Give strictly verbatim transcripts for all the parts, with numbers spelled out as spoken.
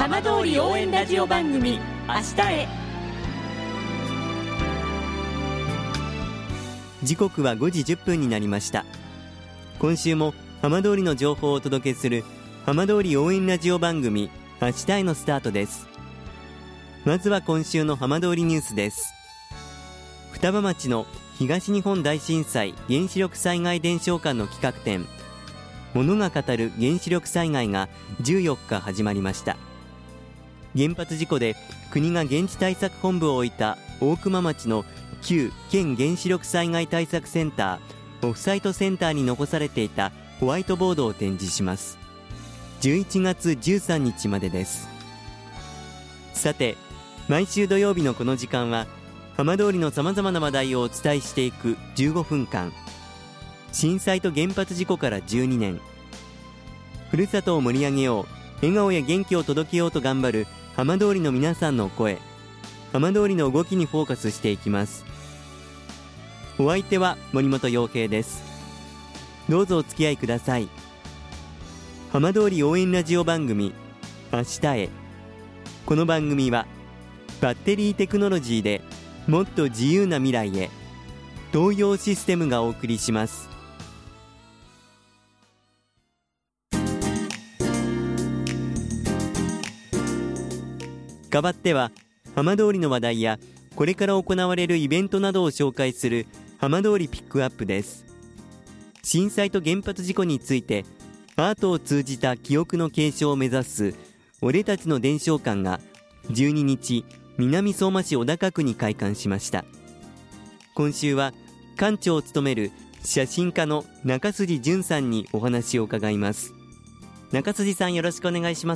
浜通り応援ラジオ番組明日へ。 時刻はごじじゅっぷんになりました。今週も浜通りの情報をお届けする浜通り応援ラジオ番組明日へのスタートです。まずは今週の浜通りニュースです。双葉町の東日本大震災原子力災害伝承館の企画展、物が語る原子力災害がじゅうよっか始まりました。原発事故で国が現地対策本部を置いた大熊町の旧県原子力災害対策センターオフサイトセンターに残されていたホワイトボードを展示します。じゅういちがつじゅうさんにちまでです。さて、毎週土曜日のこの時間は浜通りのさまざまな話題をお伝えしていくじゅうごふんかん。震災と原発事故からじゅうにねん、ふるさとを盛り上げよう、笑顔や元気を届けようと頑張る浜通りの皆さんの声、浜通りの動きにフォーカスしていきます。お相手は森本陽平です。どうぞお付き合いください。浜通り応援ラジオ番組明日へ。この番組はバッテリーテクノロジーでもっと自由な未来へ、東洋システムがお送りします。代わっては浜通りの話題やこれから行われるイベントなどを紹介する浜通りピックアップです。震災と原発事故についてアートを通じた記憶の継承を目指す俺たちの伝承館がじゅうににち南相馬市小高区に開館しました。今週は館長を務める写真家の中辻淳さんにお話を伺います。中辻さん、よろしくお願いします。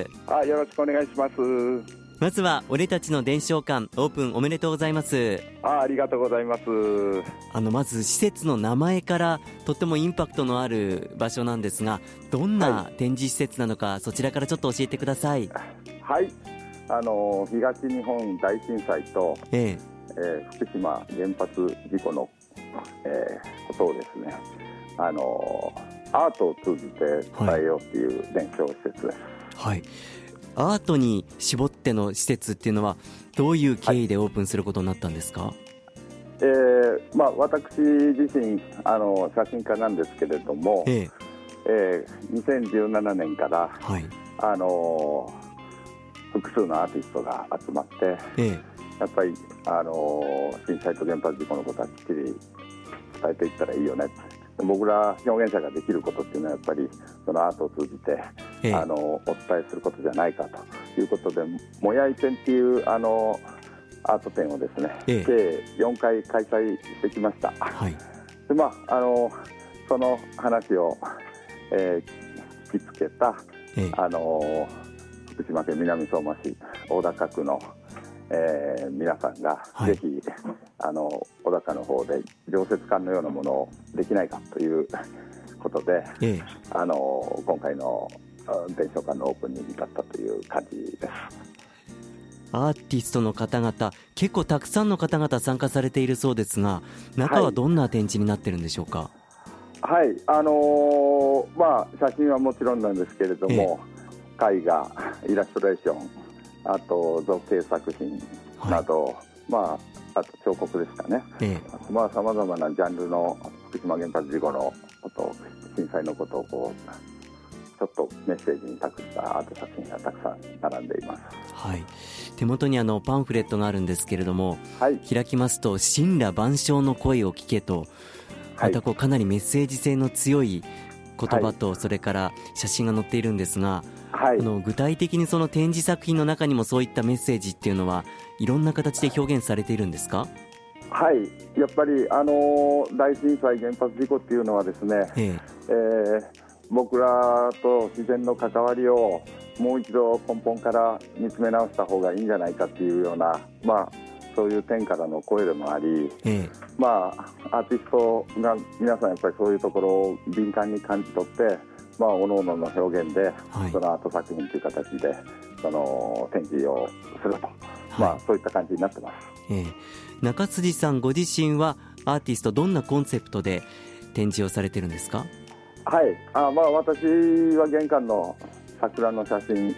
あ、よろしくお願いします。 まずは俺たちの伝承館オープンおめでとうございます。 あ, ありがとうございます。 あのまず施設の名前からとってもインパクトのある場所なんですが、どんな展示施設なのか、はい、そちらからちょっと教えてください。 はい、あの東日本大震災と、えええー、福島原発事故の、えー、ことをですね、あのアートを通じて伝えようという伝承施設です。 はい、はい、アートに絞っての施設っていうのはどういう経緯でオープンすることになったんですか？はい、 えーまあ、私自身あの写真家なんですけれども、えええー、にせんじゅうななねんから、はい、あの複数のアーティストが集まって、ええ、やっぱりあの震災と原発事故のことはきっちり伝えていったらいいよね、僕ら表現者ができることっていうのはやっぱりそのアートを通じて、ええ、あのお伝えすることじゃないかということで、もやい展っていうあのアート展をですね、ええ、計よんかい開催してきました。はい、で、まあ、あのその話を、えー、聞きつけた、ええ、あの福島県南相馬市大高区の、えー、皆さんが、はい、ぜひあの小高の方で常設館のようなものをできないかということで、ええ、あの今回の伝承館のオープンに至ったという感じです。 アーティストの方々、結構たくさんの方々参加されているそうですが、中はどんな展示になってるんでしょうか？ はい、あのーまあ、写真はもちろんなんですけれども、ええ、絵画、イラストレーション、あと造形作品など、はい、まあ、あと彫刻ですかね、ええ、まあ、様々なジャンルの福島原発事故のこと、震災のことをこうちょっとメッセージに託したアート作品がたくさん並んでいます。 はい、手元にあのパンフレットがあるんですけれども、はい、開きますと神羅万象の声を聞けと、またこうかなりメッセージ性の強い言葉と、はい、それから写真が載っているんですが、はい、あの具体的にその展示作品の中にもそういったメッセージっていうのはいろんな形で表現されているんですか？ はい、やっぱり、あのー、大震災原発事故っていうのはですね、えええー、僕らと自然の関わりをもう一度根本から見つめ直した方がいいんじゃないかっていうような、まあ、そういう点からの声でもあり、ええ、まあ、アーティストが皆さんやっぱりそういうところを敏感に感じ取って、まあ、各々の表現で、はい、そのアート作品という形でその展示をすると、はい、まあ、そういった感じになってます。 ええ、中辻さんご自身はアーティストどんなコンセプトで展示をされてるんですか？ はい、あ、まあ、私は玄関の桜の写真、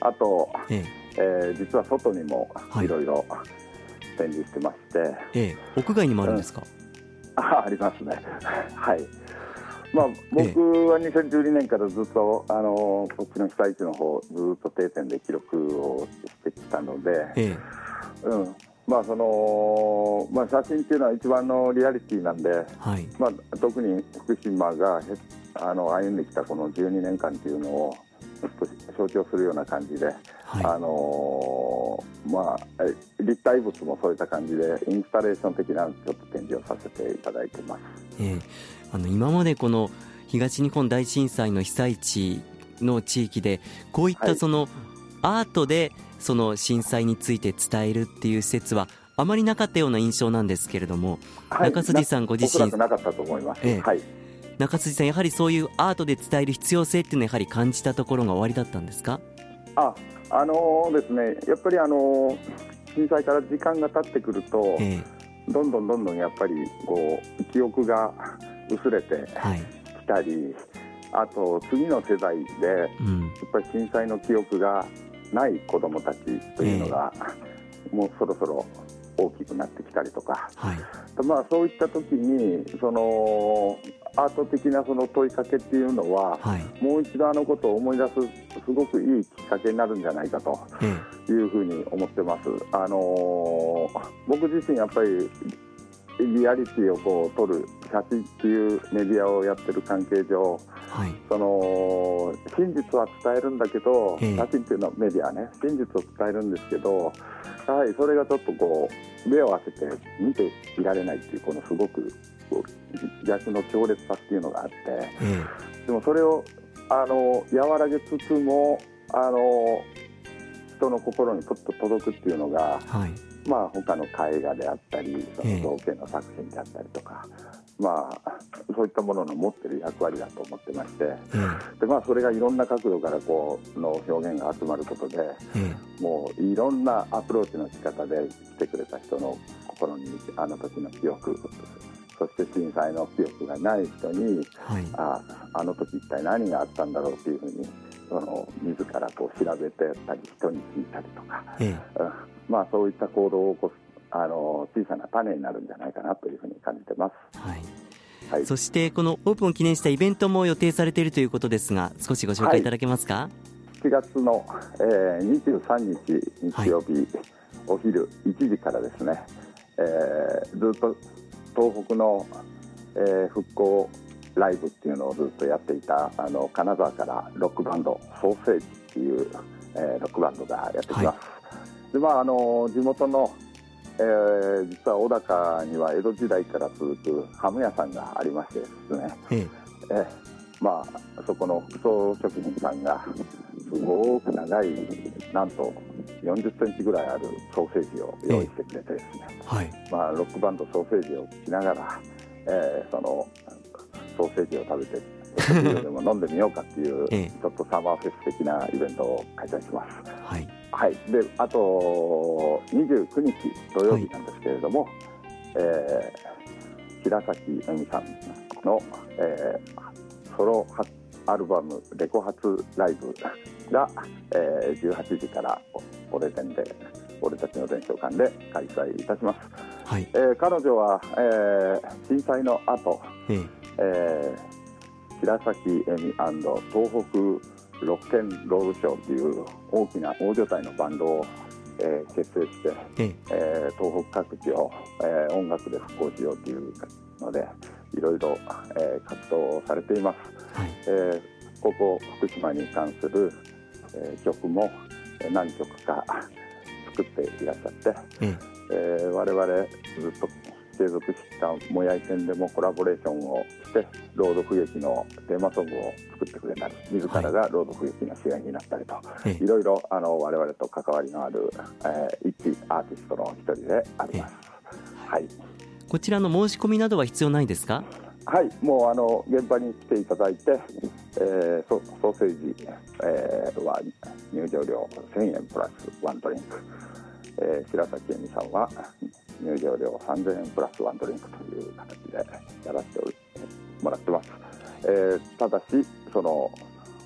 あと、 ええー、実は外にもいろいろ展示してまして、 ええ、屋外にもあるんですか？ うん、あ, ありますねはい、まあ、僕はにせんじゅうにねんからずっとあのこっちの被災地の方ずっと定点で記録をしてきたので、 ええ、 うんまあそのまあ、写真っていうのは一番のリアリティなんで、 はいまあ、特に福島があの歩んできたこのじゅうにねんかんっていうのをちょっと象徴するような感じで、はい、あのーまあ、立体物もそういった感じでインスタレーション的なちょっと展示をさせていただいてます。 えー、あの今までこの東日本大震災の被災地の地域でこういったその、はい、アートでその震災について伝えるっていう施設はあまりなかったような印象なんですけれども、はい、中辻さんご自身おそらくなかったと思います、 えーはい、 中辻さんやはりそういうアートで伝える必要性っていうのはやはり感じたところがおありだったんですか？ あ、あのー、ですねやっぱりあのー、震災から時間が経ってくると、えー、どんどんどんどんやっぱりこう記憶が薄れてきたり、はい、あと次の世代で、うん、やっぱり震災の記憶がない子どもたちというのが、えー、もうそろそろ大きくなってきたりとか、はいまあ、そういった時にそのアート的なその問いかけっていうのは、はい、もう一度あのことを思い出すすごくいいきっかけになるんじゃないかというふうに思ってます、あのー、僕自身やっぱりリアリティをこう撮る写真っていうメディアをやってる関係上、はい、その真実は伝えるんだけど、えー、写真っていうのはメディアね真実を伝えるんですけどやはりそれがちょっとこう目を開けて見ていられないっていうこのすごく逆の強烈さっていうのがあって、えー、でもそれをあの和らげつつもあの人の心にとっと届くっていうのが、はいまあ、他の絵画であったりその造形の作品であったりとか、えーまあ、そういったものの持ってる役割だと思ってまして、えーでまあ、それがいろんな角度からこうの表現が集まることで、えー、もういろんなアプローチの仕方で来てくれた人の心にあの時の記憶そして震災の記憶がない人に、はい、あ, あの時一体何があったんだろうっていうふうにその自らこう調べてたり人に聞いたりとか、ええうんまあ、そういった行動を起こすあの小さな種になるんじゃないかなというふうに感じてます、はいはい、 そしてこのオープンを記念したイベントも予定されているということですが少しご紹介いただけますか？はい、 しちがつの、えー、にじゅうさんにち日曜日、はい、お昼いちじからですね、えー、ずっと東北の、えー、復興ライブっていうのをずっとやっていたあの金沢からロックバンドソーセージっていう、えー、ロックバンドがやってきます、はいでまあ、あの地元の、えー、実は小高には江戸時代から続くハム屋さんがありましてですね、えーえーまあ、そこの副葬職人さんがすごく長いなんとよんじゅっセンチぐらいあるソーセージを用意してくれてですね、えーはいまあ、ロックバンドソーセージを聞きながら、えー、そのソーセージを食べて食料でも飲んでみようかっていう、ええ、ちょっとサマーフェス的なイベントを開催します、はいはい、であとにじゅうくにち土曜日なんですけれども、はいえー、白崎恵美さんの、えー、ソロアルバムレコ発ライブが、えー、じゅうはちじから俺展で俺たちの伝承館で開催いたします、はいえー、彼女は、えー、震災の後、えええー、白崎恵美&東北ロッケンロールショーという大きな大所帯のバンドを、えー、結成して、ええー、東北各地を、えー、音楽で復興しようというのでいろいろ、えー、活動をされています、はいえー、ここ福島に関する、えー、曲も何曲か作っていらっしゃって、ええー、我々ずっと継続したもやい線でもコラボレーションをして朗読劇のテーマソングを作ってくれたり自らが朗読劇の主演になったりと、はい、いろいろあの我々と関わりのある、えー、一アーティストの一人であります、はい、 こちらの申し込みなどは必要ないですか？ はいもうあの現場に来ていただいて、えー、ソ, ソーセージ、えー、は入場料せんえんプラスワンドリンク、えー、白崎恵美さんは入場料さんぜんえんプラスワンドリンクという形でやらせてもらってます、えー、ただしその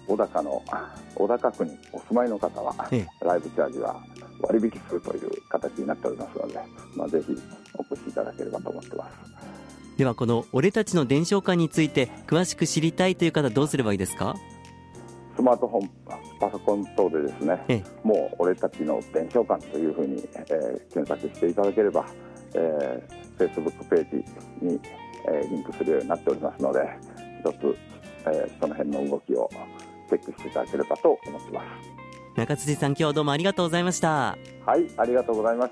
小高の小高区にお住まいの方は、ええ、ライブチャージは割引するという形になっておりますので、まあ、ぜひお越しいただければと思ってます。 ではこの俺たちの伝承館について詳しく知りたいという方どうすればいいですか？ スマートフォン、パソコン等でですね、ええ、もう俺たちの伝承館というふうに、えー、検索していただければ、えー、Facebook ページに、えー、リンクするようになっておりますので、一つ、えー、その辺の動きをチェックしていただければと思ってます。 中辻さん、今日はどうもありがとうございました。 はい、ありがとうございました。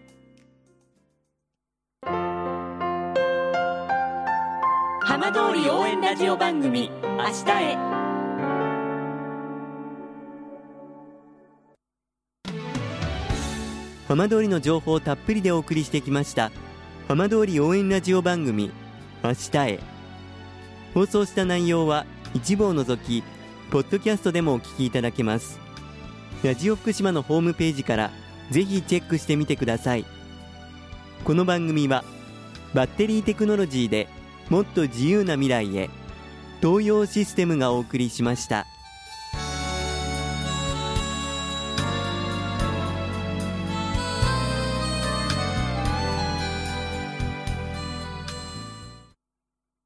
浜通り応援ラジオ番組明日へ。 浜通りの情報をたっぷりでお送りしてきました浜通り応援ラジオ番組明日へ。放送した内容は一部を除きポッドキャストでもお聞きいただけます。ラジオ福島のホームページからぜひチェックしてみてください。この番組はバッテリーテクノロジーでもっと自由な未来へ、東洋システムがお送りしました。